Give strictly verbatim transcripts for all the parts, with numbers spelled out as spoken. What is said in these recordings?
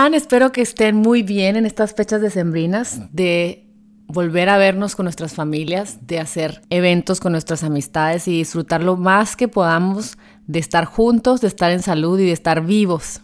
están? Espero que estén muy bien en estas fechas decembrinas, de volver a vernos con nuestras familias, de hacer eventos con nuestras amistades y disfrutar lo más que podamos de estar juntos, de estar en salud y de estar vivos.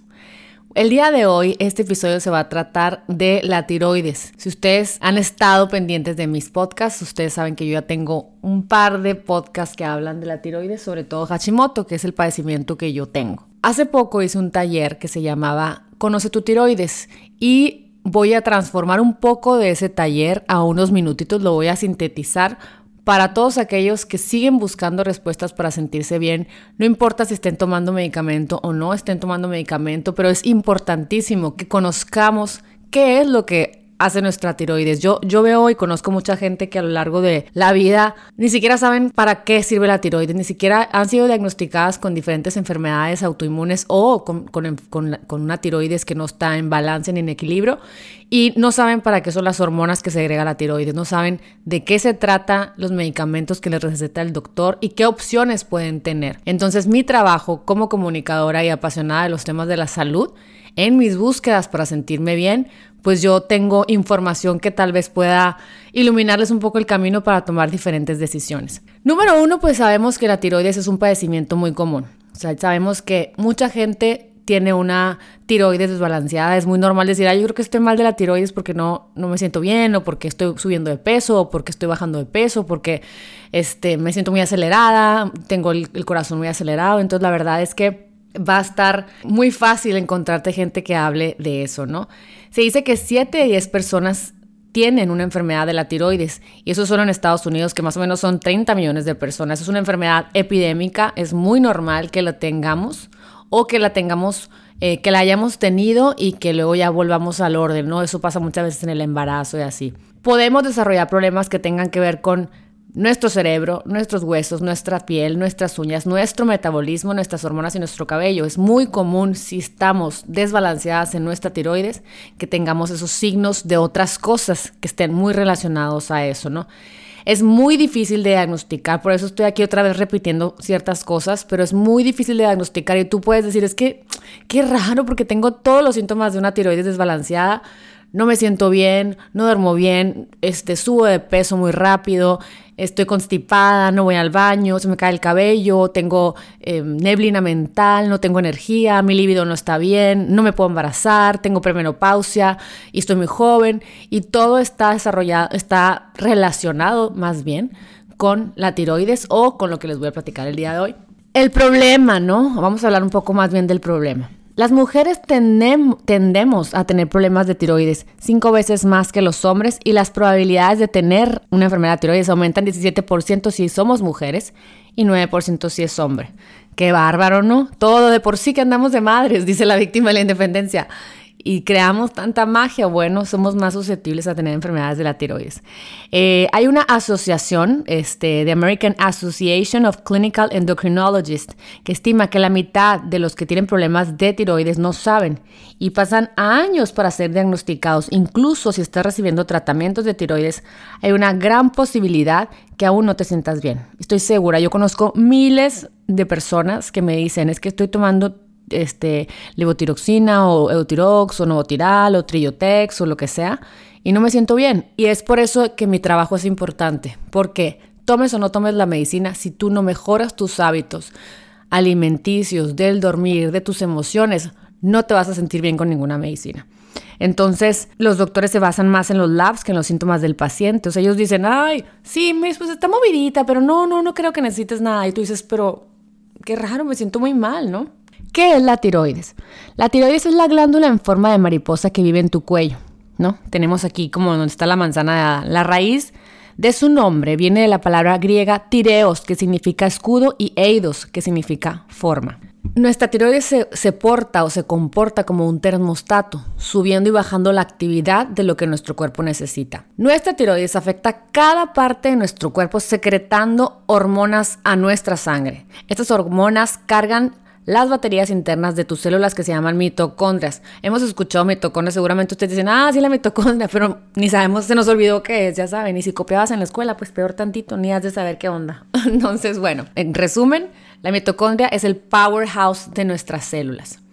El día de hoy, este episodio se va a tratar de la tiroides. Si ustedes han estado pendientes de mis podcasts, ustedes saben que yo ya tengo un par de podcasts que hablan de la tiroides, sobre todo Hashimoto, que es el padecimiento que yo tengo. Hace poco hice un taller que se llamaba Conoce tu tiroides y voy a transformar un poco de ese taller a unos minutitos, lo voy a sintetizar para todos aquellos que siguen buscando respuestas para sentirse bien. No importa si estén tomando medicamento o no estén tomando medicamento, pero es importantísimo que conozcamos qué es lo que hace nuestra tiroides. Yo, yo veo y conozco mucha gente que a lo largo de la vida ni siquiera saben para qué sirve la tiroides, ni siquiera han sido diagnosticadas con diferentes enfermedades autoinmunes o con, con, con, con una tiroides que no está en balance ni en equilibrio y no saben para qué son las hormonas que segrega la tiroides, no saben de qué se trata los medicamentos que les receta el doctor y qué opciones pueden tener. Entonces, mi trabajo como comunicadora y apasionada de los temas de la salud, en mis búsquedas para sentirme bien, pues yo tengo información que tal vez pueda iluminarles un poco el camino para tomar diferentes decisiones. Número uno, pues sabemos que la tiroides es un padecimiento muy común. O sea, sabemos que mucha gente tiene una tiroides desbalanceada. Es muy normal decir, ay, yo creo que estoy mal de la tiroides porque no, no me siento bien, o porque estoy subiendo de peso, o porque estoy bajando de peso, porque este, me siento muy acelerada, tengo el, el corazón muy acelerado. Entonces, la verdad es que va a estar muy fácil encontrarte gente que hable de eso, ¿no? Se dice que siete de diez personas tienen una enfermedad de la tiroides y eso solo en Estados Unidos, que más o menos son treinta millones de personas. Es una enfermedad epidémica, es muy normal que la tengamos o que la tengamos, eh, que la hayamos tenido y que luego ya volvamos al orden, ¿no? Eso pasa muchas veces en el embarazo y así. Podemos desarrollar problemas que tengan que ver con nuestro cerebro, nuestros huesos, nuestra piel, nuestras uñas, nuestro metabolismo, nuestras hormonas y nuestro cabello. Es muy común si estamos desbalanceadas en nuestra tiroides que tengamos esos signos de otras cosas que estén muy relacionados a eso, ¿no? Es muy difícil de diagnosticar, por eso estoy aquí otra vez repitiendo ciertas cosas, pero es muy difícil de diagnosticar y tú puedes decir, es que qué raro porque tengo todos los síntomas de una tiroides desbalanceada. No me siento bien, no duermo bien, este, subo de peso muy rápido, estoy constipada, no voy al baño, se me cae el cabello, tengo eh, neblina mental, no tengo energía, mi libido no está bien, no me puedo embarazar, tengo premenopausia y estoy muy joven. Y todo está desarrollado, está relacionado más bien con la tiroides o con lo que les voy a platicar el día de hoy. El problema, ¿no? Vamos a hablar un poco más bien del problema. Las mujeres tendem- tendemos a tener problemas de tiroides cinco veces más que los hombres y las probabilidades de tener una enfermedad de tiroides aumentan diecisiete por ciento si somos mujeres y nueve por ciento si es hombre. ¡Qué bárbaro!, ¿no? Todo de por sí que andamos de madres, dice la víctima de la independencia. Y creamos tanta magia, bueno, somos más susceptibles a tener enfermedades de la tiroides. Eh, hay una asociación, este, The American Association of Clinical Endocrinologists, que estima que la mitad de los que tienen problemas de tiroides no saben y pasan años para ser diagnosticados. Incluso si estás recibiendo tratamientos de tiroides, hay una gran posibilidad que aún no te sientas bien. Estoy segura, yo conozco miles de personas que me dicen, es que estoy tomando este, levotiroxina o Eutirox o Novotiral o Trillotex o lo que sea y no me siento bien. Y es por eso que mi trabajo es importante, porque tomes o no tomes la medicina, si tú no mejoras tus hábitos alimenticios, del dormir, de tus emociones, no te vas a sentir bien con ninguna medicina. Entonces, los doctores se basan más en los labs que en los síntomas del paciente. O sea, ellos dicen, ay, sí, pues está movidita, pero no, no, no creo que necesites nada. Y tú dices, pero qué raro, me siento muy mal, ¿no? ¿Qué es la tiroides? La tiroides es la glándula en forma de mariposa que vive en tu cuello, ¿no? Tenemos aquí como donde está la manzana, la raíz de su nombre viene de la palabra griega tireos, que significa escudo, y eidos, que significa forma. Nuestra tiroides se, se porta o se comporta como un termostato, subiendo y bajando la actividad de lo que nuestro cuerpo necesita. Nuestra tiroides afecta cada parte de nuestro cuerpo secretando hormonas a nuestra sangre. Estas hormonas cargan las baterías internas de tus células que se llaman mitocondrias. Hemos escuchado mitocondrias, seguramente ustedes dicen, ah, sí, la mitocondria, pero ni sabemos, se nos olvidó qué es, ya saben, y si copiabas en la escuela, pues peor tantito, ni has de saber qué onda. Entonces, bueno, en resumen, la mitocondria es el powerhouse de nuestras células.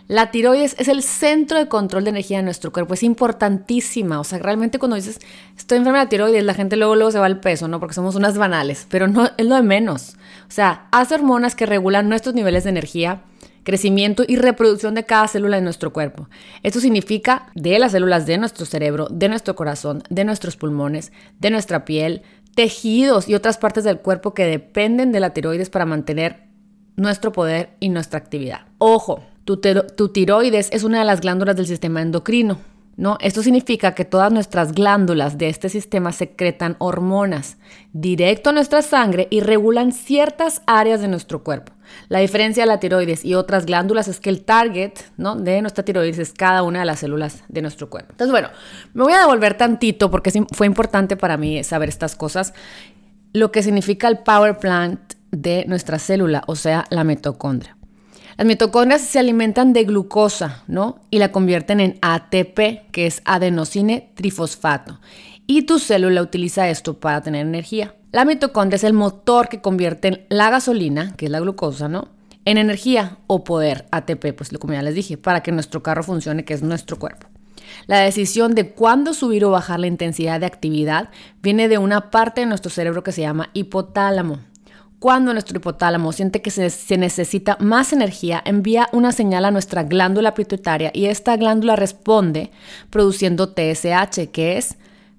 La tiroides es el centro de control de energía de nuestro cuerpo, es importantísima. O sea, realmente cuando dices, estoy enferma de la tiroides, la gente luego, luego se va al peso, ¿no? Porque somos unas banales, pero no, es lo de menos. O sea, hace hormonas que regulan nuestros niveles de energía, crecimiento y reproducción de cada célula de nuestro cuerpo. Esto significa de las células de nuestro cerebro, de nuestro corazón, de nuestros pulmones, de nuestra piel, tejidos y otras partes del cuerpo que dependen de la tiroides para mantener nuestro poder y nuestra actividad. Ojo, tu, tu tiroides es una de las glándulas del sistema endocrino, ¿no? Esto significa que todas nuestras glándulas de este sistema secretan hormonas directo a nuestra sangre y regulan ciertas áreas de nuestro cuerpo. La diferencia de la tiroides y otras glándulas es que el target, ¿no?, de nuestra tiroides es cada una de las células de nuestro cuerpo. Entonces, bueno, me voy a devolver tantito porque fue importante para mí saber estas cosas. Lo que significa el power plant de nuestra célula, o sea, la mitocondria. Las mitocondrias se alimentan de glucosa, ¿no? Y la convierten en A T P, que es adenosine trifosfato. Y tu célula utiliza esto para tener energía. La mitocondria es el motor que convierte la gasolina, que es la glucosa, ¿no?, en energía o poder, A T P, pues como ya les dije, para que nuestro carro funcione, que es nuestro cuerpo. La decisión de cuándo subir o bajar la intensidad de actividad viene de una parte de nuestro cerebro que se llama hipotálamo. Cuando nuestro hipotálamo siente que se, se necesita más energía, envía una señal a nuestra glándula pituitaria y esta glándula responde produciendo T S H, que es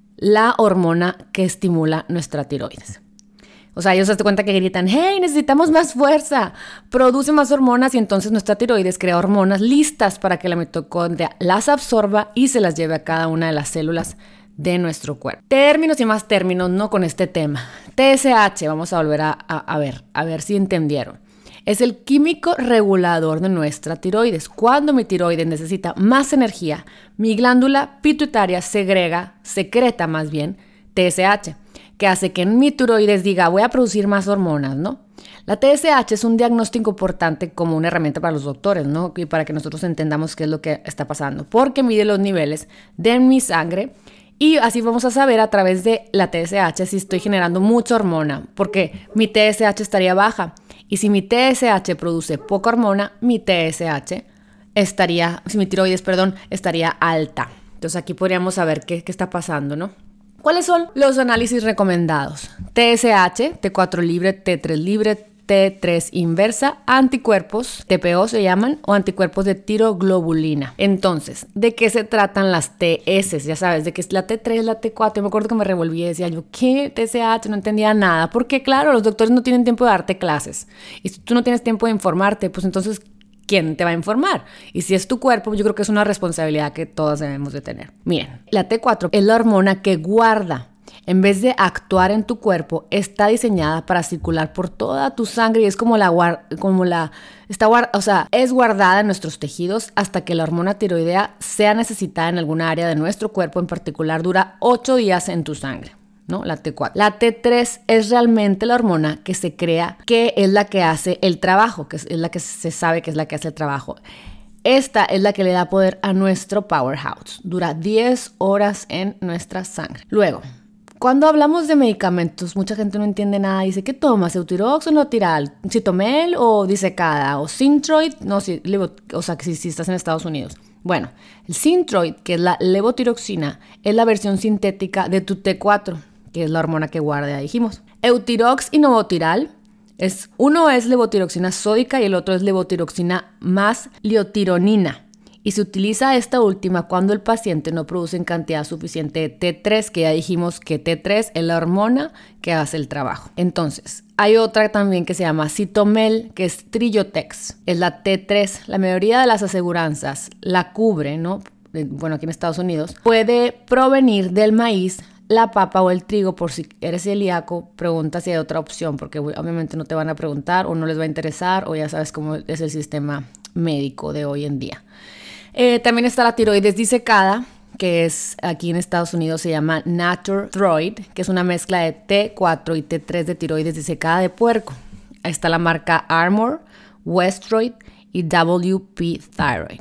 la hormona que estimula nuestra tiroides. O sea, ellos se dan cuenta que gritan, hey, necesitamos más fuerza, produce más hormonas y entonces nuestra tiroides crea hormonas listas para que la mitocondria las absorba y se las lleve a cada una de las células de nuestro cuerpo. Términos y más términos, no con este tema. T S H, vamos a volver a, a, a ver, a ver si entendieron. Es el químico regulador de nuestra tiroides. Cuando mi tiroides necesita más energía, mi glándula pituitaria segrega, secreta más bien, T S H, que hace que mi tiroides diga, voy a producir más hormonas, ¿no? La T S H es un diagnóstico importante como una herramienta para los doctores, ¿no? Y para que nosotros entendamos qué es lo que está pasando, porque mide los niveles de mi sangre y así vamos a saber a través de la T S H si estoy generando mucha hormona, porque mi T S H estaría baja. Y si mi T S H produce poca hormona, mi T S H estaría, si mi tiroides, perdón, estaría alta. Entonces aquí podríamos saber qué, qué está pasando, ¿no? ¿Cuáles son los análisis recomendados? T S H, T cuatro libre, T tres libre, T tres inversa, anticuerpos, T P O se llaman, o anticuerpos de tiroglobulina. Entonces, ¿de qué se tratan las T S? Ya sabes, de que es la T tres, la T cuatro. Yo me acuerdo que me revolví y decía yo, ¿qué T S H? No entendía nada. Porque claro, los doctores no tienen tiempo de darte clases. Y si tú no tienes tiempo de informarte, pues entonces, ¿quién te va a informar? Y si es tu cuerpo, yo creo que es una responsabilidad que todas debemos de tener. Miren, la T cuatro es la hormona que guarda. En vez de actuar en tu cuerpo, está diseñada para circular por toda tu sangre y es como la, como la, está, o sea, es guardada en nuestros tejidos hasta que la hormona tiroidea sea necesitada en alguna área de nuestro cuerpo. En particular, dura ocho días en tu sangre, ¿no? La T cuatro. La T tres es realmente la hormona que se crea, que es la que hace el trabajo, que es la que se sabe que es la que hace el trabajo. Esta es la que le da poder a nuestro powerhouse. Dura diez horas en nuestra sangre. Luego, cuando hablamos de medicamentos, mucha gente no entiende nada. Dice, ¿qué tomas? ¿Eutirox o Notiral? ¿Citomel o Disecada? ¿O Synthroid? No, si, o sea, si, si estás en Estados Unidos. Bueno, el Synthroid, que es la levotiroxina, es la versión sintética de tu T cuatro, que es la hormona que guarda, ya dijimos. Eutirox y Novotiral, es, uno es levotiroxina sódica y el otro es levotiroxina más liotironina. Y se utiliza esta última cuando el paciente no produce en cantidad suficiente de T tres, que ya dijimos que T tres es la hormona que hace el trabajo. Entonces, hay otra también que se llama Citomel, que es Trillotex. Es la T tres. La mayoría de las aseguranzas la cubre, ¿no? Bueno, aquí en Estados Unidos. Puede provenir del maíz, la papa o el trigo. Por si eres celíaco, pregunta si hay otra opción, porque obviamente no te van a preguntar o no les va a interesar o ya sabes cómo es el sistema médico de hoy en día. Eh, también está la tiroides disecada, que es aquí en Estados Unidos se llama Natur-Throid, que es una mezcla de T cuatro y T tres de tiroides disecada de puerco. Ahí está la marca Armour, Westroid y W P Thyroid.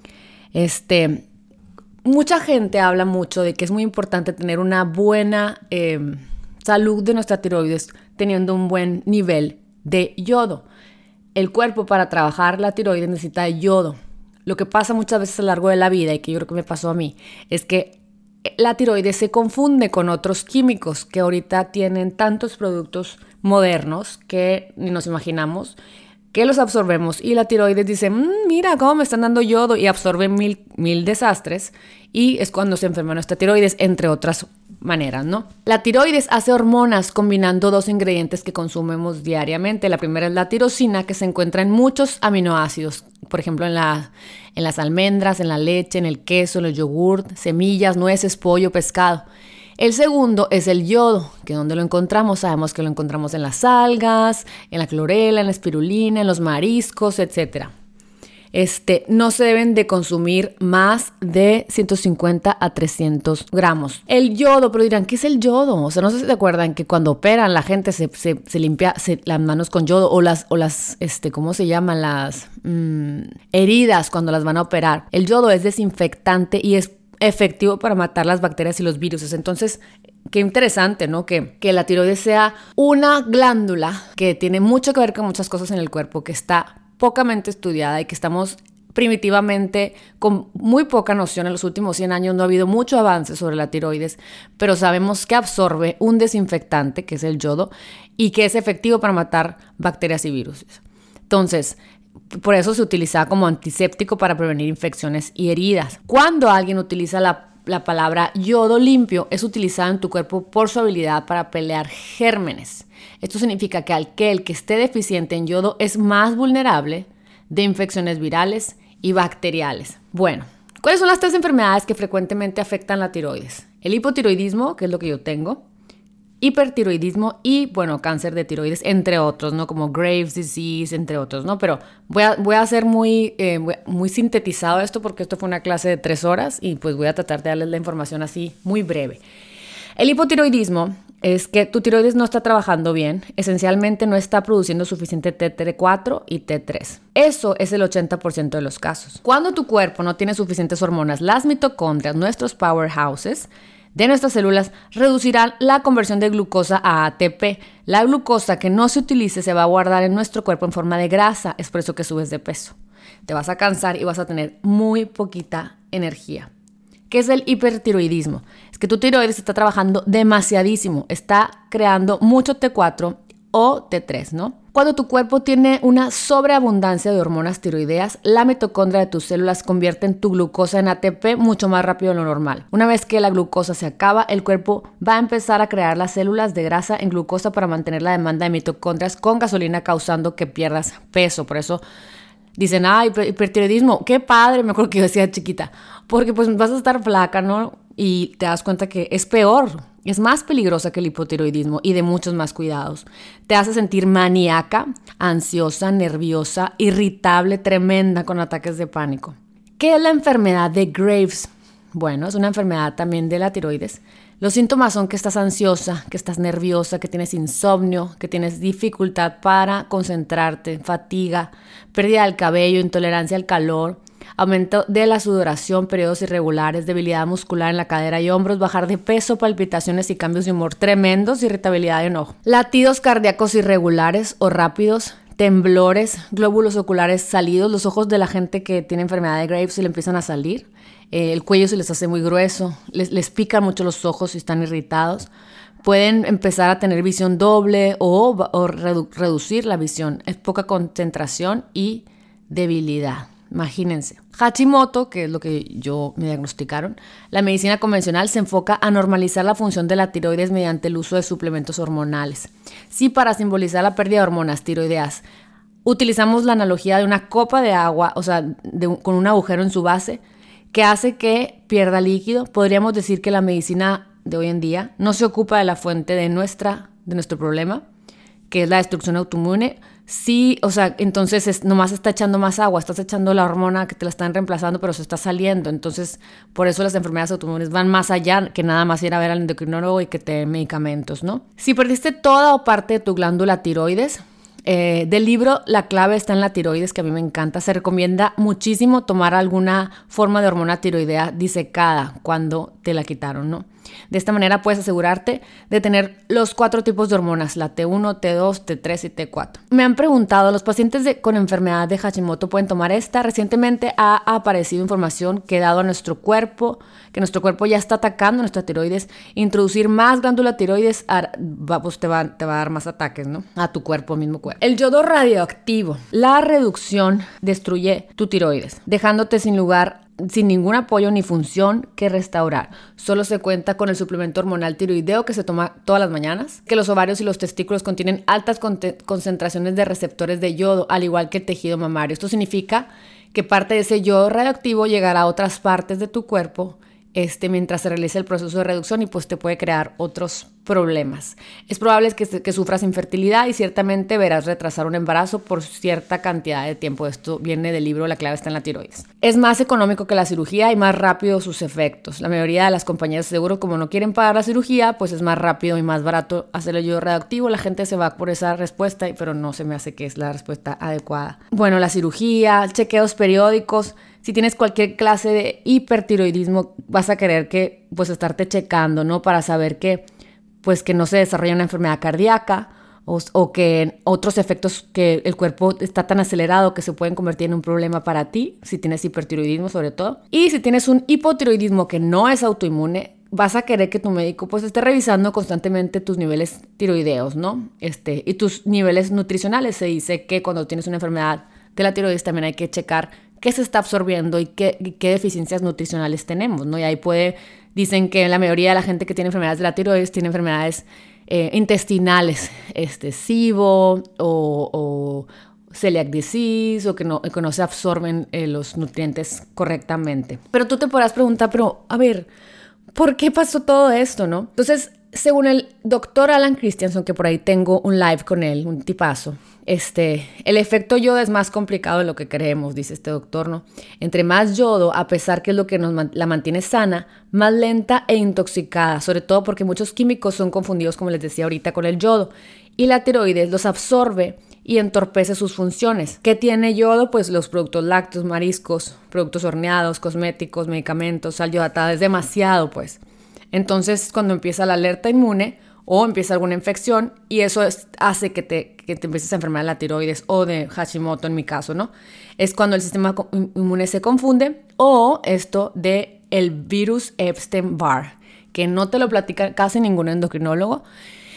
Este, mucha gente habla mucho de que es muy importante tener una buena eh, salud de nuestra tiroides teniendo un buen nivel de yodo. El cuerpo para trabajar la tiroides necesita yodo. lo que pasa muchas veces a lo largo de la vida, y que yo creo que me pasó a mí, es que la tiroides se confunde con otros químicos que ahorita tienen tantos productos modernos que ni nos imaginamos, que los absorbemos, y la tiroides dice, mmm, mira cómo me están dando yodo, y absorbe mil, mil desastres, y es cuando se enferma nuestra tiroides, entre otras maneras, ¿no? La tiroides hace hormonas combinando dos ingredientes que consumimos diariamente. La primera es la tirosina, que se encuentra en muchos aminoácidos, por ejemplo, en, la, en las almendras, en la leche, en el queso, en el yogur, semillas, nueces, pollo, pescado. El segundo es el yodo, que donde lo encontramos, sabemos que lo encontramos en las algas, en la clorela, en la espirulina, en los mariscos, etcétera. Este, no se deben de consumir más de ciento cincuenta a trescientos gramos. El yodo, pero dirán, ¿qué es el yodo? O sea, no sé si se acuerdan que cuando operan la gente se, se, se limpia se, las manos con yodo, o las, o las este, ¿cómo se llaman? Las mmm, heridas cuando las van a operar. El yodo es desinfectante y es efectivo para matar las bacterias y los virus. Entonces, qué interesante, ¿no? Que, que la tiroides sea una glándula que tiene mucho que ver con muchas cosas en el cuerpo, que está pocamente estudiada y que estamos primitivamente con muy poca noción. En los últimos cien años no ha habido mucho avance sobre la tiroides, pero sabemos que absorbe un desinfectante, que es el yodo, y que es efectivo para matar bacterias y virus. Entonces, por eso se utiliza como antiséptico para prevenir infecciones y heridas. Cuando alguien utiliza la La palabra yodo limpio, es utilizada en tu cuerpo por su habilidad para pelear gérmenes. Esto significa que aquel que esté deficiente en yodo es más vulnerable de infecciones virales y bacteriales. Bueno, ¿cuáles son las tres enfermedades que frecuentemente afectan la tiroides? El hipotiroidismo, que es lo que yo tengo, hipertiroidismo y, bueno, cáncer de tiroides, entre otros, ¿no? Como Graves' disease, entre otros, ¿no? Pero voy a, voy a hacer muy, eh, muy sintetizado esto, porque esto fue una clase de tres horas y pues voy a tratar de darles la información así muy breve. El hipotiroidismo es que tu tiroides no está trabajando bien, esencialmente no está produciendo suficiente T T cuatro y T tres. Eso es el ochenta por ciento de los casos. Cuando tu cuerpo no tiene suficientes hormonas, las mitocondrias, nuestros powerhouses de nuestras células, reducirán la conversión de glucosa a A T P. La glucosa que no se utilice se va a guardar en nuestro cuerpo en forma de grasa, es por eso que subes de peso. Te vas a cansar y vas a tener muy poquita energía. ¿Qué es el hipertiroidismo? Es que tu tiroides está trabajando demasiadísimo, está creando mucho T cuatro o T tres, ¿no? Cuando tu cuerpo tiene una sobreabundancia de hormonas tiroideas, la mitocondria de tus células convierte en tu glucosa en A T P mucho más rápido de lo normal. Una vez que la glucosa se acaba, el cuerpo va a empezar a crear las células de grasa en glucosa para mantener la demanda de mitocondrias con gasolina, causando que pierdas peso. Por eso dicen, ah, hipertiroidismo, qué padre, me acuerdo que yo decía chiquita, porque pues vas a estar flaca, ¿no? Y te das cuenta que es peor, es más peligrosa que el hipotiroidismo y de muchos más cuidados. Te hace sentir maníaca, ansiosa, nerviosa, irritable, tremenda, con ataques de pánico. ¿Qué es la enfermedad de Graves? Bueno, es una enfermedad también de la tiroides. Los síntomas son que estás ansiosa, que estás nerviosa, que tienes insomnio, que tienes dificultad para concentrarte, fatiga, pérdida del cabello, intolerancia al calor, aumento de la sudoración, periodos irregulares, debilidad muscular en la cadera y hombros, bajar de peso, palpitaciones y cambios de humor tremendos, irritabilidad y enojo. Latidos cardíacos irregulares o rápidos, temblores, glóbulos oculares salidos, los ojos de la gente que tiene enfermedad de Graves se le empiezan a salir, eh, el cuello se les hace muy grueso, les, les pican mucho los ojos y están irritados. Pueden empezar a tener visión doble o, o redu- reducir la visión, es poca concentración y debilidad. Imagínense. Hashimoto, que es lo que yo me diagnosticaron, la medicina convencional se enfoca a normalizar la función de la tiroides mediante el uso de suplementos hormonales. Si para simbolizar la pérdida de hormonas tiroideas utilizamos la analogía de una copa de agua, o sea, de un, con un agujero en su base, que hace que pierda líquido, podríamos decir que la medicina de hoy en día no se ocupa de la fuente de, nuestra, de nuestro problema, que es la destrucción autoinmune. Sí, o sea, entonces es, nomás está echando más agua, estás echando la hormona que te la están reemplazando, pero se está saliendo. Entonces, por eso las enfermedades autoinmunes van más allá que nada más ir a ver al endocrinólogo y que te den medicamentos, ¿no? Si perdiste toda o parte de tu glándula tiroides, Eh, del libro La clave está en la tiroides, que a mí me encanta, se recomienda muchísimo tomar alguna forma de hormona tiroidea disecada cuando te la quitaron, ¿no? De esta manera puedes asegurarte de tener los cuatro tipos de hormonas, la T uno, T dos, T tres y T cuatro. Me han preguntado, ¿los pacientes de, con enfermedad de Hashimoto pueden tomar esta? Recientemente ha aparecido información que dado a nuestro cuerpo, que nuestro cuerpo ya está atacando nuestra tiroides, introducir más glándula tiroides a, va, pues te, va, te va a dar más ataques, ¿no? A tu cuerpo, mismo cuerpo. El yodo radioactivo. La reducción destruye tu tiroides, dejándote sin lugar sin ningún apoyo ni función que restaurar. Solo se cuenta con el suplemento hormonal tiroideo que se toma todas las mañanas, que los ovarios y los testículos contienen altas con- concentraciones de receptores de yodo, al igual que el tejido mamario. Esto significa que parte de ese yodo radioactivo llegará a otras partes de tu cuerpo este, mientras se realiza el proceso de reducción y pues te puede crear otros problemas. Es probable que, que sufras infertilidad y ciertamente verás retrasar un embarazo por cierta cantidad de tiempo. Esto viene del libro La clave está en la tiroides. Es más económico que la cirugía y más rápido sus efectos. La mayoría de las compañías de seguro, como no quieren pagar la cirugía, pues es más rápido y más barato hacer el yodo radioactivo. La gente se va por esa respuesta, pero no se me hace que es la respuesta adecuada. Bueno, la cirugía, chequeos periódicos. Si tienes cualquier clase de hipertiroidismo, vas a querer que, pues, estarte checando, ¿no? Para saber que, pues, que no se desarrolla una enfermedad cardíaca o, o que otros efectos que el cuerpo está tan acelerado que se pueden convertir en un problema para ti, si tienes hipertiroidismo sobre todo. Y si tienes un hipotiroidismo que no es autoinmune, vas a querer que tu médico, pues, esté revisando constantemente tus niveles tiroideos, ¿no? Este, y tus niveles nutricionales. Se dice que cuando tienes una enfermedad de la tiroides también hay que checar qué se está absorbiendo y qué, y qué deficiencias nutricionales tenemos, ¿no? Y ahí puede, dicen que la mayoría de la gente que tiene enfermedades de la tiroides tiene enfermedades eh, intestinales, este, SIBO o, o celiac disease, o que no, que no se absorben eh, los nutrientes correctamente. Pero tú te podrás preguntar, pero a ver, ¿por qué pasó todo esto, no? Entonces, según el doctor Alan Christianson, que por ahí tengo un live con él, un tipazo, este, el efecto yodo es más complicado de lo que creemos, dice este doctor, ¿no? Entre más yodo, a pesar que es lo que nos, la mantiene sana, más lenta e intoxicada, sobre todo porque muchos químicos son confundidos, como les decía ahorita, con el yodo, y la tiroides los absorbe y entorpece sus funciones. ¿Qué tiene yodo? Pues los productos lácteos, mariscos, productos horneados, cosméticos, medicamentos, sal yodatada, es demasiado, pues. Entonces, cuando empieza la alerta inmune o empieza alguna infección, y eso es, hace que te, que te empieces a enfermar de la tiroides o de Hashimoto en mi caso, ¿no? Es cuando el sistema inmune se confunde, o esto de el virus Epstein-Barr, que no te lo platica casi ningún endocrinólogo,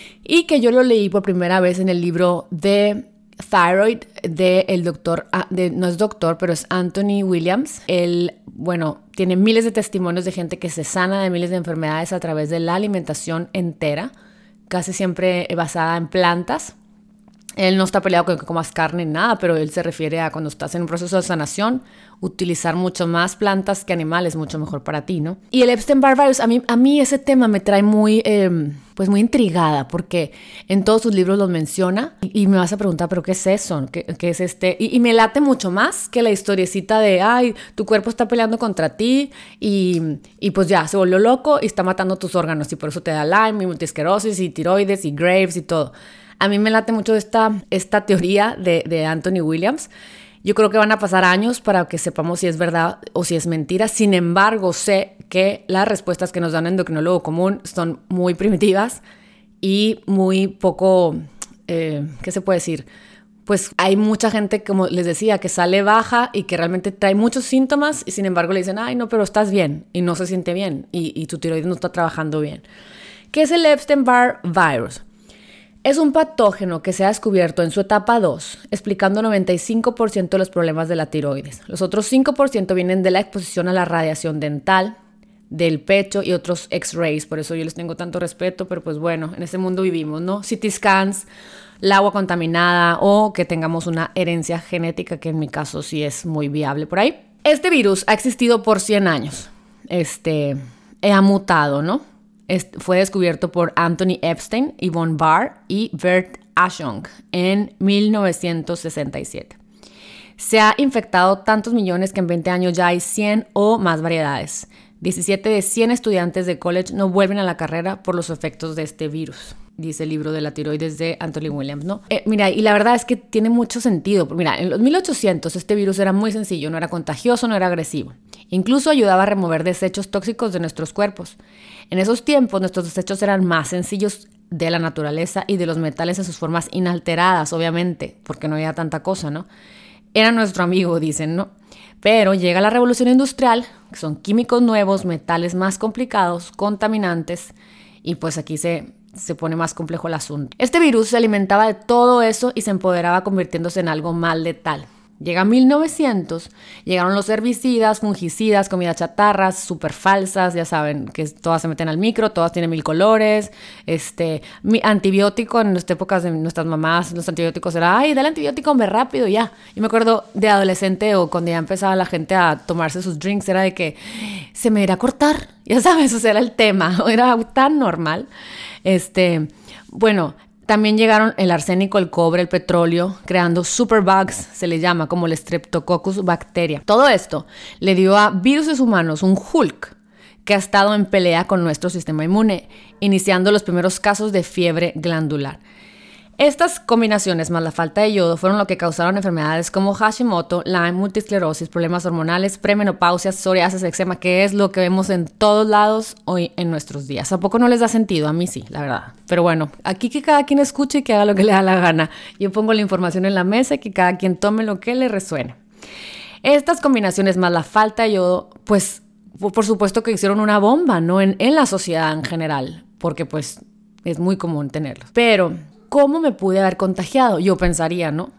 y que yo lo leí por primera vez en el libro de Thyroid del doctor, de, no es doctor, pero es Anthony Williams. Él, bueno, tiene miles de testimonios de gente que se sana de miles de enfermedades a través de la alimentación entera, casi siempre basada en plantas. Él no está peleado con que comas carne ni nada, pero él se refiere a cuando estás en un proceso de sanación, utilizar mucho más plantas que animales, mucho mejor para ti, ¿no? Y el Epstein-Barr virus, a mí, a mí ese tema me trae muy, eh, pues muy intrigada, porque en todos sus libros los menciona, y, y me vas a preguntar, ¿pero qué es eso? ¿Qué, qué es este? Y, y me late mucho más que la historiecita de, ay, tu cuerpo está peleando contra ti, y, y pues ya, se volvió loco y está matando tus órganos, y por eso te da Lyme, y multiesclerosis, y tiroides, y Graves, y todo. A mí me late mucho esta, esta teoría de, de Anthony Williams. Yo creo que van a pasar años para que sepamos si es verdad o si es mentira. Sin embargo, sé que las respuestas que nos dan el endocrinólogo común son muy primitivas y muy poco, eh, ¿qué se puede decir? Pues hay mucha gente, como les decía, que sale baja y que realmente trae muchos síntomas y sin embargo le dicen, ay, no, pero estás bien, y no se siente bien y, y tu tiroides no está trabajando bien. ¿Qué es el Epstein-Barr virus? Es un patógeno que se ha descubierto en su etapa dos, explicando noventa y cinco por ciento de los problemas de la tiroides. Los otros cinco por ciento vienen de la exposición a la radiación dental, del pecho y otros X-rays. Por eso yo les tengo tanto respeto, pero pues bueno, en este mundo vivimos, ¿no? C T scans, el agua contaminada o que tengamos una herencia genética, que en mi caso sí es muy viable por ahí. Este virus ha existido por cien años. Este, ha mutado, ¿no? Fue descubierto por Anthony Epstein, Yvonne Barr y Bert Ashong en mil novecientos sesenta y siete. Se ha infectado tantos millones que en veinte años ya hay cien o más variedades. diecisiete de cien estudiantes de college no vuelven a la carrera por los efectos de este virus, dice el libro de la tiroides de Anthony Williams, ¿no? Eh, mira, y la verdad es que tiene mucho sentido. Mira, en los mil ochocientos este virus era muy sencillo, no era contagioso, no era agresivo. Incluso ayudaba a remover desechos tóxicos de nuestros cuerpos. En esos tiempos nuestros desechos eran más sencillos de la naturaleza y de los metales en sus formas inalteradas, obviamente, porque no había tanta cosa, ¿no? Era nuestro amigo, dicen, ¿no? Pero llega la revolución industrial, que son químicos nuevos, metales más complicados, contaminantes, y pues aquí se, se pone más complejo el asunto. Este virus se alimentaba de todo eso y se empoderaba convirtiéndose en algo más letal. Llega mil novecientos, llegaron los herbicidas, fungicidas, comida chatarras, súper falsas, ya saben, que todas se meten al micro, todas tienen mil colores, este, mi antibiótico en nuestras épocas de nuestras mamás, los antibióticos era, ay, dale antibiótico, hombre, rápido, ya. Y me acuerdo de adolescente o cuando ya empezaba la gente a tomarse sus drinks, era de que se me irá a cortar, ya sabes, o sea, era el tema, era tan normal. Este, bueno... También llegaron el arsénico, el cobre, el petróleo, creando superbugs, se le llama, como el Streptococcus bacteria. Todo esto le dio a virus humanos un Hulk que ha estado en pelea con nuestro sistema inmune, iniciando los primeros casos de fiebre glandular. Estas combinaciones más la falta de yodo fueron lo que causaron enfermedades como Hashimoto, Lyme, multisclerosis, problemas hormonales, premenopausia, psoriasis, eczema, que es lo que vemos en todos lados hoy en nuestros días. ¿A poco no les da sentido? A mí sí, la verdad. Pero bueno, aquí que cada quien escuche y que haga lo que le da la gana. Yo pongo la información en la mesa y que cada quien tome lo que le resuene. Estas combinaciones más la falta de yodo, pues por supuesto que hicieron una bomba, ¿no? En, en la sociedad en general, porque pues es muy común tenerlos. Pero... ¿cómo me pude haber contagiado? Yo pensaría, ¿no?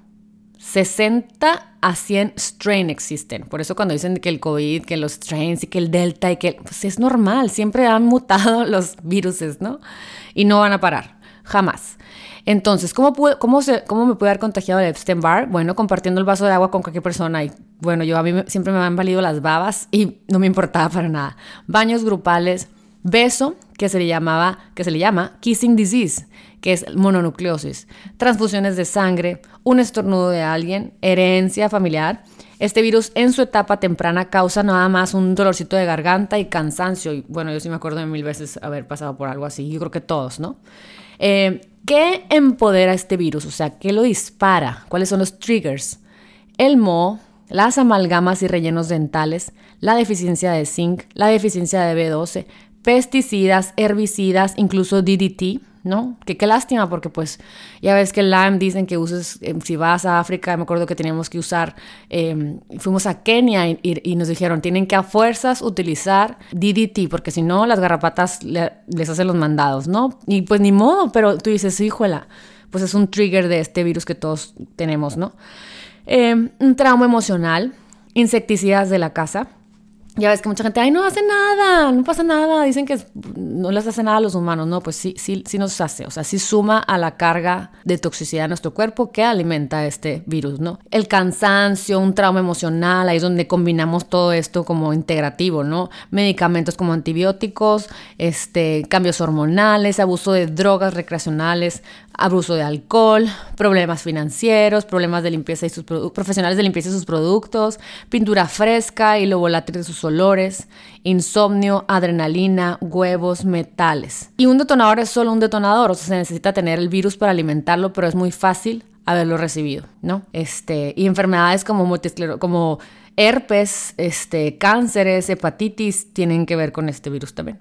sesenta a cien strain existen. Por eso cuando dicen que el COVID, que los strains y que el Delta y que... pues es normal, siempre han mutado los viruses, ¿no? Y no van a parar, jamás. Entonces, ¿cómo, pude, cómo, se, ¿cómo me pude haber contagiado el Epstein-Barr? Bueno, compartiendo el vaso de agua con cualquier persona. Y bueno, yo a mí me, siempre me han valido las babas y no me importaba para nada. Baños grupales, beso, que se le llamaba, que se le llama kissing disease, que es mononucleosis, transfusiones de sangre, un estornudo de alguien, herencia familiar. Este virus en su etapa temprana causa nada más un dolorcito de garganta y cansancio. Y bueno, yo sí me acuerdo de mil veces haber pasado por algo así. Yo creo que todos, ¿no? Eh, ¿Qué empodera este virus? O sea, ¿qué lo dispara? ¿Cuáles son los triggers? El moho, las amalgamas y rellenos dentales, la deficiencia de zinc, la deficiencia de B doce, pesticidas, herbicidas, incluso D D T, ¿no? Que qué lástima, porque pues ya ves que el Lyme dicen que uses, eh, si vas a África, me acuerdo que teníamos que usar, eh, fuimos a Kenia y, y, y nos dijeron, tienen que a fuerzas utilizar D D T, porque si no las garrapatas le, les hacen los mandados, ¿no? Y pues ni modo, pero tú dices, híjola, pues es un trigger de este virus que todos tenemos, ¿no? Eh, un trauma emocional, insecticidas de la casa. Ya ves que mucha gente, ay, no hace nada, no pasa nada, dicen que no les hace nada a los humanos. No, pues sí, sí, sí nos hace, o sea, sí suma a la carga de toxicidad de nuestro cuerpo que alimenta este virus, ¿no? El cansancio, un trauma emocional, ahí es donde combinamos todo esto como integrativo, ¿no? Medicamentos como antibióticos, este, cambios hormonales, abuso de drogas recreacionales, abuso de alcohol, problemas financieros, problemas de limpieza y sus produ- profesionales de limpieza y sus productos, pintura fresca y lo volátil de sus olores, insomnio, adrenalina, huevos, metales. Y un detonador es solo un detonador, o sea, se necesita tener el virus para alimentarlo, pero es muy fácil haberlo recibido, ¿no? Este, y enfermedades como multisclerosis, como herpes, este, cánceres, hepatitis, tienen que ver con este virus también.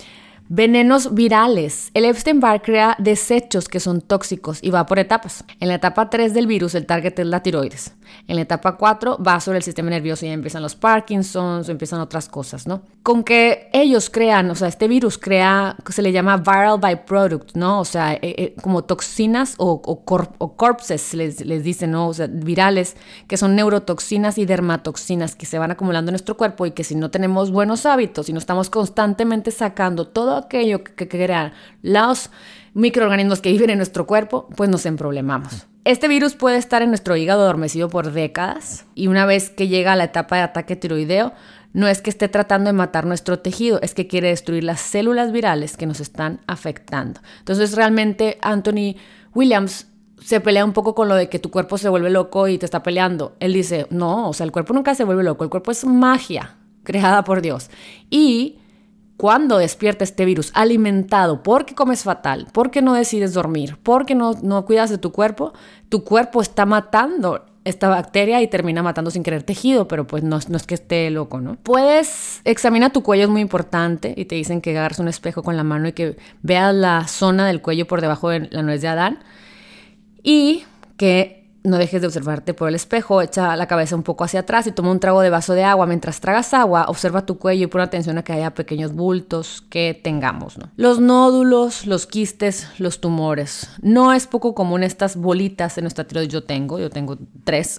Venenos virales. El Epstein-Barr crea desechos que son tóxicos y va por etapas. En la etapa tres del virus, el target es la tiroides. En la etapa cuatro va sobre el sistema nervioso y ya empiezan los Parkinsons o empiezan otras cosas, ¿no? Con que ellos crean, o sea, este virus crea, se le llama viral byproduct, ¿no? O sea, eh, eh, como toxinas o, o, corp, o corpses, les, les dicen, ¿no? O sea, virales, que son neurotoxinas y dermatoxinas que se van acumulando en nuestro cuerpo y que si no tenemos buenos hábitos y no estamos constantemente sacando todo aquello que, que crean los microorganismos que viven en nuestro cuerpo, pues nos emproblemamos. Este virus puede estar en nuestro hígado adormecido por décadas y una vez que llega a la etapa de ataque tiroideo, no es que esté tratando de matar nuestro tejido, es que quiere destruir las células virales que nos están afectando. Entonces realmente Anthony Williams se pelea un poco con lo de que tu cuerpo se vuelve loco y te está peleando. Él dice, no, o sea, el cuerpo nunca se vuelve loco, el cuerpo es magia. creada por Dios. Y cuando despierta este virus alimentado porque comes fatal, porque no decides dormir, porque no, no cuidas de tu cuerpo, tu cuerpo está matando esta bacteria y termina matando sin querer tejido, pero pues no, no es que esté loco, ¿no? Puedes examinar tu cuello, es muy importante, y te dicen que agarres un espejo con la mano y que veas la zona del cuello por debajo de la nuez de Adán y que no dejes de observarte por el espejo, echa la cabeza un poco hacia atrás y toma un trago de vaso de agua. Mientras tragas agua, observa tu cuello y pon atención a que haya pequeños bultos que tengamos, ¿no? Los nódulos, los quistes, los tumores. No es poco común estas bolitas en nuestra tiroides. Yo tengo, yo tengo tres.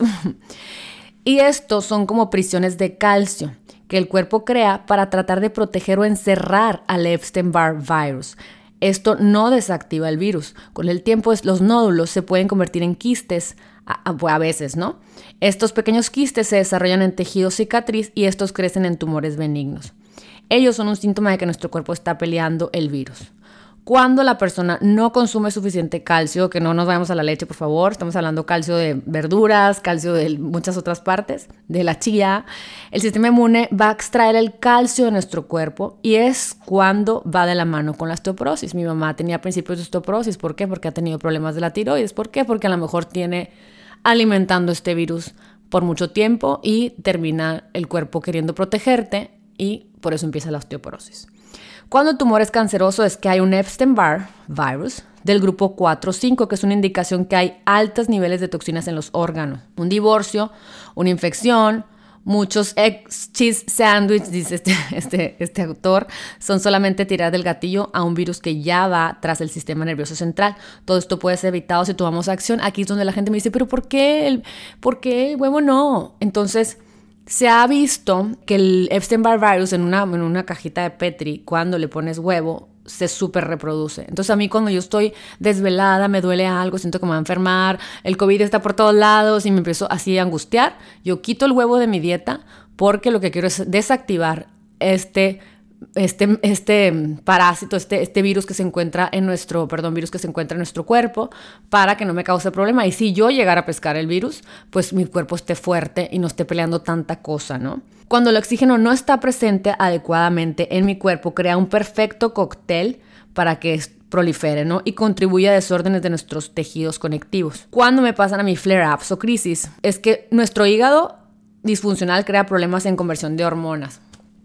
Y estos son como prisiones de calcio que el cuerpo crea para tratar de proteger o encerrar al Epstein-Barr virus. Esto no desactiva el virus. Con el tiempo los nódulos se pueden convertir en quistes, a, a, a veces, ¿no? Estos pequeños quistes se desarrollan en tejido cicatriz y estos crecen en tumores benignos. Ellos son un síntoma de que nuestro cuerpo está peleando el virus. Cuando la persona no consume suficiente calcio, que no nos vayamos a la leche, por favor, estamos hablando calcio de verduras, calcio de muchas otras partes, de la chía, el sistema inmune va a extraer el calcio de nuestro cuerpo y es cuando va de la mano con la osteoporosis. Mi mamá tenía principios de osteoporosis, ¿por qué? Porque ha tenido problemas de la tiroides, ¿por qué? Porque a lo mejor tiene alimentando este virus por mucho tiempo y termina el cuerpo queriendo protegerte y por eso empieza la osteoporosis. Cuando el tumor es canceroso es que hay un Epstein-Barr virus del grupo cuatro o cinco, que es una indicación que hay altos niveles de toxinas en los órganos. Un divorcio, una infección, muchos eggs cheese sandwich, dice este, este, este autor, son solamente tirar del gatillo a un virus que ya va tras el sistema nervioso central. Todo esto puede ser evitado si tomamos acción. Aquí es donde la gente me dice, ¿pero por qué el, por qué el huevo no? Entonces, se ha visto que el Epstein-Barr virus en una, en una cajita de Petri, cuando le pones huevo, se súper reproduce. Entonces a mí cuando yo estoy desvelada, me duele algo, siento que me va a enfermar, el COVID está por todos lados y me empiezo así a angustiar, yo quito el huevo de mi dieta porque lo que quiero es desactivar este Este, este parásito, este, este virus que se encuentra en nuestro, perdón, virus que se encuentra en nuestro cuerpo para que no me cause problema. Y si yo llegara a pescar el virus, pues mi cuerpo esté fuerte y no esté peleando tanta cosa, ¿no? Cuando el oxígeno no está presente adecuadamente en mi cuerpo, crea un perfecto cóctel para que prolifere, ¿no? Y contribuye a desórdenes de nuestros tejidos conectivos. Cuando me pasan a mí flare-ups o crisis, es que nuestro hígado disfuncional crea problemas en conversión de hormonas.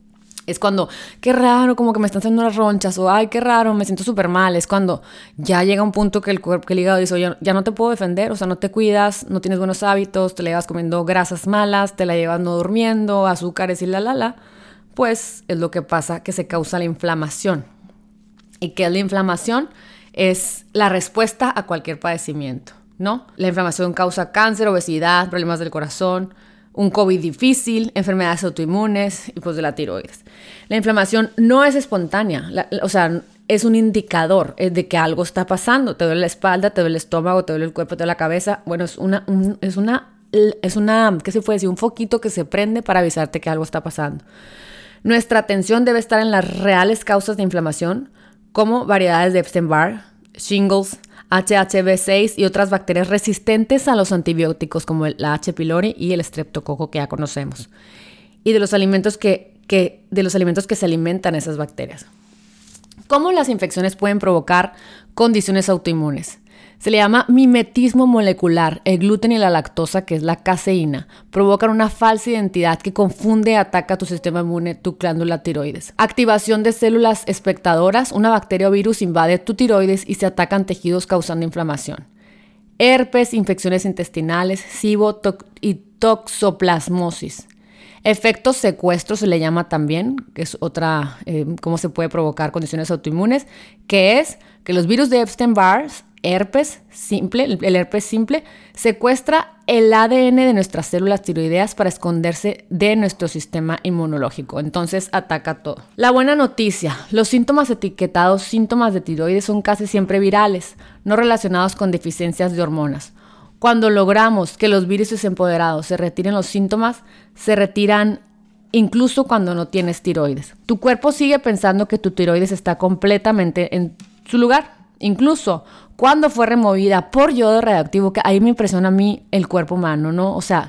Es cuando, qué raro, como que me están haciendo unas ronchas, o ay, qué raro, me siento súper mal. Es cuando ya llega un punto que el cuerpo, que el hígado dice, oye, ya no te puedo defender, o sea, no te cuidas, no tienes buenos hábitos, te la llevas comiendo grasas malas, te la llevas no durmiendo, azúcares y la, la, la. Pues es lo que pasa, que se causa la inflamación. ¿Y qué es la inflamación? Es la respuesta a cualquier padecimiento, ¿no? La inflamación causa cáncer, obesidad, problemas del corazón, un COVID difícil, enfermedades autoinmunes y pues de la tiroides. La inflamación no es espontánea, la, la, o sea, es un indicador de que algo está pasando. Te duele la espalda, te duele el estómago, te duele el cuerpo, te duele la cabeza. Bueno, es una, un, es una, es una, ¿qué se puede decir? Un foquito que se prende para avisarte que algo está pasando. Nuestra atención debe estar en las reales causas de inflamación, como variedades de Epstein-Barr, shingles, H H V seis y otras bacterias resistentes a los antibióticos como la H. pylori y el estreptococo que ya conocemos. Y de los alimentos que, que, de los alimentos que se alimentan esas bacterias. ¿Cómo las infecciones pueden provocar condiciones autoinmunes? Se le llama mimetismo molecular. El gluten y la lactosa, que es la caseína, provocan una falsa identidad que confunde y ataca tu sistema inmune, tu glándula tiroides. Activación de células espectadoras. Una bacteria o virus invade tu tiroides y se atacan tejidos causando inflamación. Herpes, infecciones intestinales, SIBO to- y toxoplasmosis. Efectos secuestro se le llama también, que es otra, eh, cómo se puede provocar condiciones autoinmunes, que es que los virus de Epstein-Barr, herpes simple, el herpes simple, secuestra el A D N de nuestras células tiroideas para esconderse de nuestro sistema inmunológico. Entonces ataca todo. La buena noticia, los síntomas etiquetados síntomas de tiroides son casi siempre virales, no relacionados con deficiencias de hormonas. Cuando logramos que los virus empoderados se retiren los síntomas, se retiran incluso cuando no tienes tiroides. Tu cuerpo sigue pensando que tu tiroides está completamente en su lugar. Incluso cuando fue removida por yodo radioactivo, que ahí me impresiona a mí el cuerpo humano, ¿no? O sea,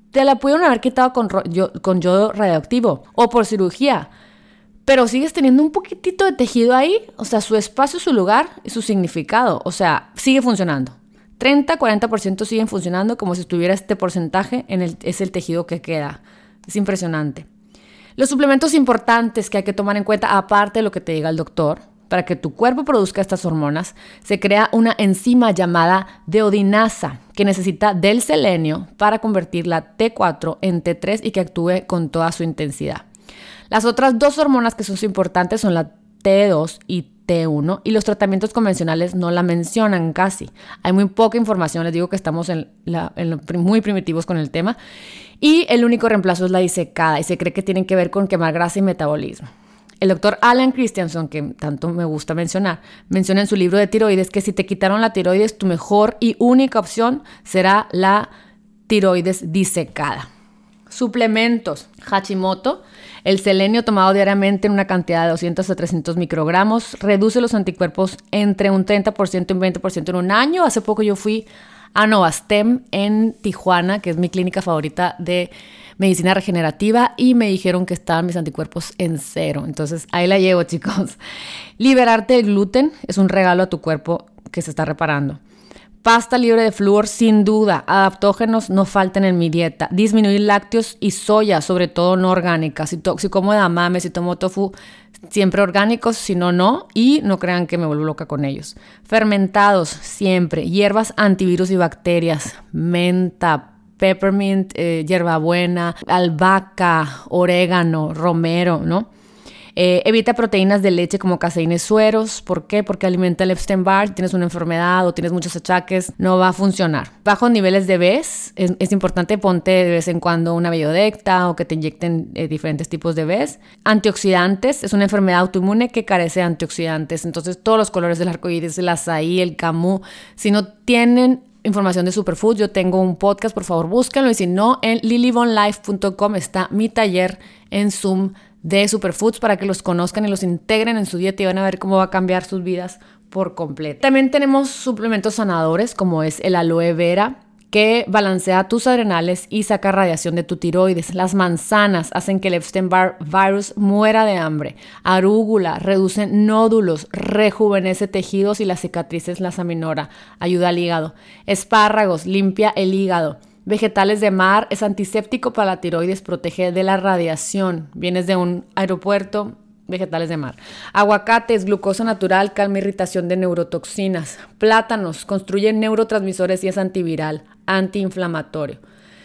te la pudieron haber quitado con, ro- yo- con yodo radioactivo o por cirugía, pero sigues teniendo un poquitito de tejido ahí, o sea, su espacio, su lugar y su significado, o sea, sigue funcionando. treinta a cuarenta por ciento siguen funcionando como si estuviera este porcentaje, en el, es el tejido que queda. Es impresionante. Los suplementos importantes que hay que tomar en cuenta, aparte de lo que te diga el doctor, para que tu cuerpo produzca estas hormonas, se crea una enzima llamada deodinasa que necesita del selenio para convertir la T cuatro en T tres y que actúe con toda su intensidad. Las otras dos hormonas que son importantes son la T dos y T uno y los tratamientos convencionales no la mencionan casi. Hay muy poca información, les digo que estamos en la, en lo, muy primitivos con el tema. Y el único reemplazo es la disecada y se cree que tienen que ver con quemar grasa y metabolismo. El doctor Alan Christianson, que tanto me gusta mencionar, menciona en su libro de tiroides que si te quitaron la tiroides, tu mejor y única opción será la tiroides disecada. Suplementos. Hashimoto. El selenio tomado diariamente en una cantidad de doscientos a trescientos microgramos reduce los anticuerpos entre un treinta por ciento y un veinte por ciento en un año. Hace poco yo fui a Novastem en Tijuana, que es mi clínica favorita de medicina regenerativa, y me dijeron que estaban mis anticuerpos en cero. Entonces ahí la llevo, chicos. Liberarte del gluten es un regalo a tu cuerpo que se está reparando. Pasta libre de flúor, sin duda. Adaptógenos no faltan en mi dieta. Disminuir lácteos y soya, sobre todo no orgánicas. Si, to- si como edamame, si tomo tofu, siempre orgánicos, si no, no. Y no crean que me vuelvo loca con ellos. Fermentados, siempre. Hierbas antivirus y bacterias. Menta, peppermint, eh, hierbabuena, albahaca, orégano, romero, ¿no? Eh, evita proteínas de leche como caseína y sueros. ¿Por qué? Porque alimenta el Epstein-Barr. Tienes una enfermedad o tienes muchos achaques, no va a funcionar. Bajos niveles de B E S. Es, es importante ponte de vez en cuando una Bioodecta o que te inyecten eh, diferentes tipos de B E S. Antioxidantes. Es una enfermedad autoinmune que carece de antioxidantes. Entonces todos los colores del arco iris, el azaí, el camú, si no tienen información de Superfood, yo tengo un podcast, por favor búsquenlo, y si no, en lily von life punto com está mi taller en Zoom de Superfoods para que los conozcan y los integren en su dieta y van a ver cómo va a cambiar sus vidas por completo. También tenemos suplementos sanadores como es el aloe vera, que balancea tus adrenales y saca radiación de tu tiroides. Las manzanas hacen que el Epstein-Barr virus muera de hambre. Arúgula reduce nódulos, rejuvenece tejidos y las cicatrices las aminora. Ayuda al hígado. Espárragos limpia el hígado. Vegetales de mar es antiséptico para la tiroides, protege de la radiación. Vienes de un aeropuerto, vegetales de mar. Aguacate es glucosa natural, calma irritación de neurotoxinas. Plátanos construye neurotransmisores y es antiviral, antiinflamatorio.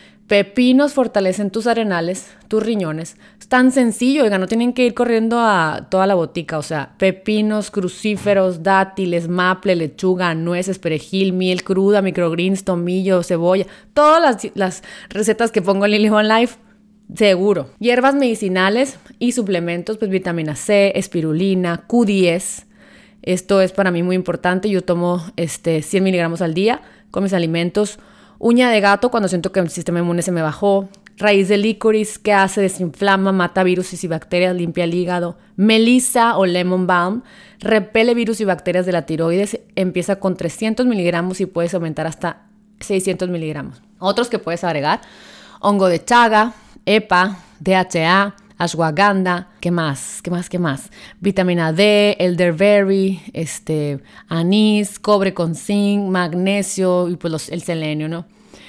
Pepinos fortalecen tus arenales, tus riñones. Es tan sencillo, oiga, no tienen que ir corriendo a toda la botica. O sea, pepinos, crucíferos, dátiles, maple, lechuga, nueces, perejil, miel cruda, microgreens, tomillo, cebolla. Todas las, las recetas que pongo en Lily One Life, seguro. Hierbas medicinales y suplementos, pues vitamina C, espirulina, Q diez. Esto es para mí muy importante. Yo tomo este, cien miligramos al día con mis alimentos. Uña de gato cuando siento que el sistema inmune se me bajó. Raíz de licorice que hace, desinflama, mata virus y bacterias, limpia el hígado. Melisa o lemon balm repele virus y bacterias de la tiroides. Empieza con trescientos miligramos y puedes aumentar hasta seiscientos miligramos. Otros que puedes agregar: hongo de chaga, E P A, D H A, ashwagandha, ¿qué más? ¿Qué más? ¿Qué más? Vitamina D, elderberry, este, anís, cobre con zinc, magnesio y pues los, el selenio, ¿no?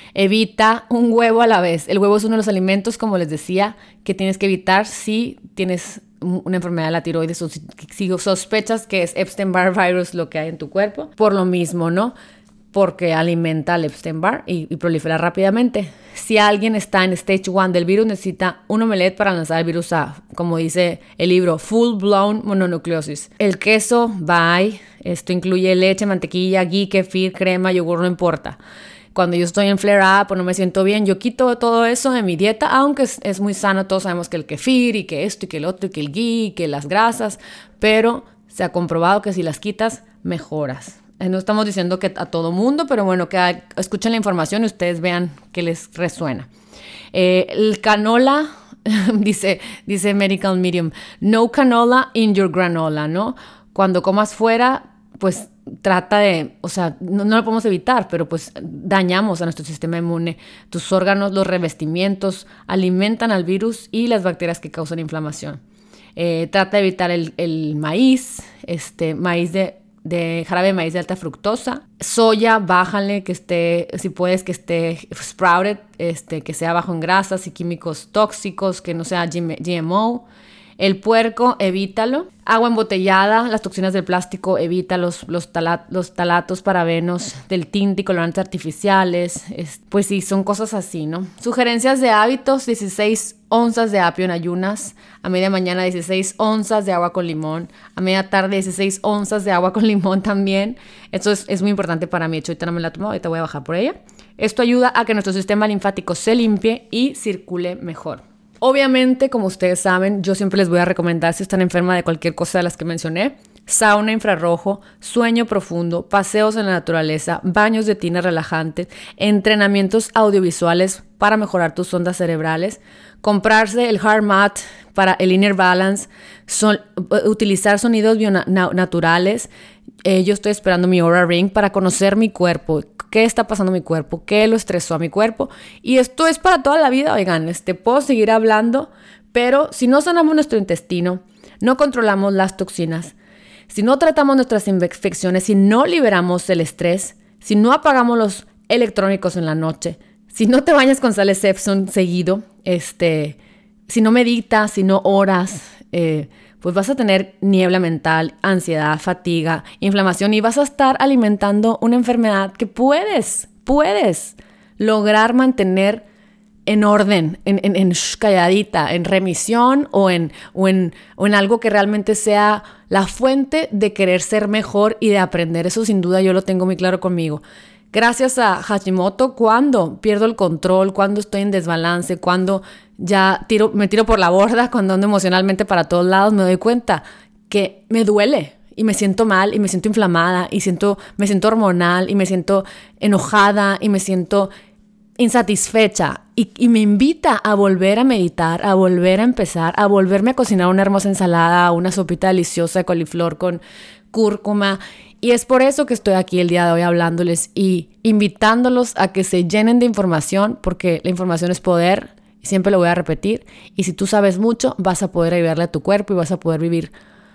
Evita un huevo a la vez. El huevo es uno de los alimentos, como les decía, que tienes que evitar si tienes una enfermedad de la tiroides o si, si sospechas que es Epstein-Barr virus lo que hay en tu cuerpo. Por lo mismo, ¿no? Porque alimenta al Epstein-Barr y, y prolifera rápidamente. Si alguien está en stage one del virus, necesita un omelette para lanzar el virus a, como dice el libro, full-blown mononucleosis. El queso, bye. Esto incluye leche, mantequilla, ghee, kefir, crema, yogur, no importa. Cuando yo estoy en flare-up o no me siento bien, yo quito todo eso de mi dieta, aunque es, es muy sano. Todos sabemos que el kefir y que esto y que el otro y que el ghee y que las grasas, pero se ha comprobado que si las quitas, mejoras. No estamos diciendo que a todo mundo, pero bueno, que hay, escuchen la información y ustedes vean qué les resuena. Eh, el canola, dice, dice Medical Medium, no canola in your granola, ¿no? Cuando comas fuera, pues trata de, o sea, no, no lo podemos evitar, pero pues dañamos a nuestro sistema inmune. Tus órganos, los revestimientos, alimentan al virus y las bacterias que causan inflamación. Eh, trata de evitar el, el maíz, este, maíz de, de jarabe de maíz de alta fructosa. Soya, bájale, que esté, si puedes, que esté sprouted, este, que sea bajo en grasas y químicos tóxicos, que no sea G M O. El puerco, evítalo. Agua embotellada, las toxinas del plástico, evita los, los, talat, los talatos, parabenos, del tinte y colorantes artificiales. Es, pues sí, son cosas así, ¿no? Sugerencias de hábitos: dieciséis onzas de apio en ayunas. A media mañana, dieciséis onzas de agua con limón. A media tarde, dieciséis onzas de agua con limón también. Esto es, es muy importante para mí. De hecho, ahorita no me la he tomado, ahorita voy a bajar por ella. Esto ayuda a que nuestro sistema linfático se limpie y circule mejor. Obviamente, como ustedes saben, yo siempre les voy a recomendar, si están enfermas de cualquier cosa de las que mencioné, sauna infrarrojo, sueño profundo, paseos en la naturaleza, baños de tina relajantes, entrenamientos audiovisuales para mejorar tus ondas cerebrales, comprarse el HeartMath para el Inner Balance, son, utilizar sonidos naturales. Eh, yo estoy esperando mi Oura Ring para conocer mi cuerpo, qué está pasando en mi cuerpo, qué lo estresó a mi cuerpo. Y esto es para toda la vida, oigan, este, puedo seguir hablando, pero si no sanamos nuestro intestino, no controlamos las toxinas, si no tratamos nuestras infecciones, si no liberamos el estrés, si no apagamos los electrónicos en la noche, si no te bañas con sales Epsom seguido, este, si no meditas, si no oras, eh, pues vas a tener niebla mental, ansiedad, fatiga, inflamación y vas a estar alimentando una enfermedad que puedes, puedes lograr mantener en orden, en, en, en shh, calladita, en remisión o en, o, en, o en algo que realmente sea la fuente de querer ser mejor y de aprender. Eso sin duda yo lo tengo muy claro conmigo. Gracias a Hashimoto, cuando pierdo el control, cuando estoy en desbalance, cuando ya tiro, me tiro por la borda, cuando ando emocionalmente para todos lados, me doy cuenta que me duele y me siento mal y me siento inflamada y siento, me siento hormonal y me siento enojada y me siento insatisfecha y, y me invita a volver a meditar, a volver a empezar, a volverme a cocinar una hermosa ensalada, una sopita deliciosa de coliflor con cúrcuma. Y es por eso que estoy aquí el día de hoy hablándoles y invitándolos a que se llenen de información, porque la información es poder, y siempre lo voy a repetir. Y si tú sabes mucho, vas a poder ayudarle a tu cuerpo y vas a poder vivir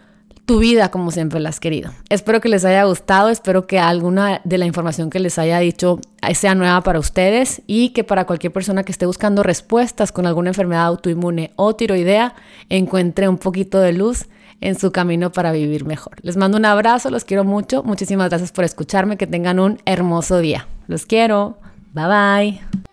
tu vida como siempre la has querido. Espero que les haya gustado, espero que alguna de la información que les haya dicho sea nueva para ustedes y que para cualquier persona que esté buscando respuestas con alguna enfermedad autoinmune o tiroidea, encuentre un poquito de luz en su camino para vivir mejor. Les mando un abrazo, los quiero mucho. Muchísimas gracias por escucharme. Que tengan un hermoso día. Los quiero. Bye bye.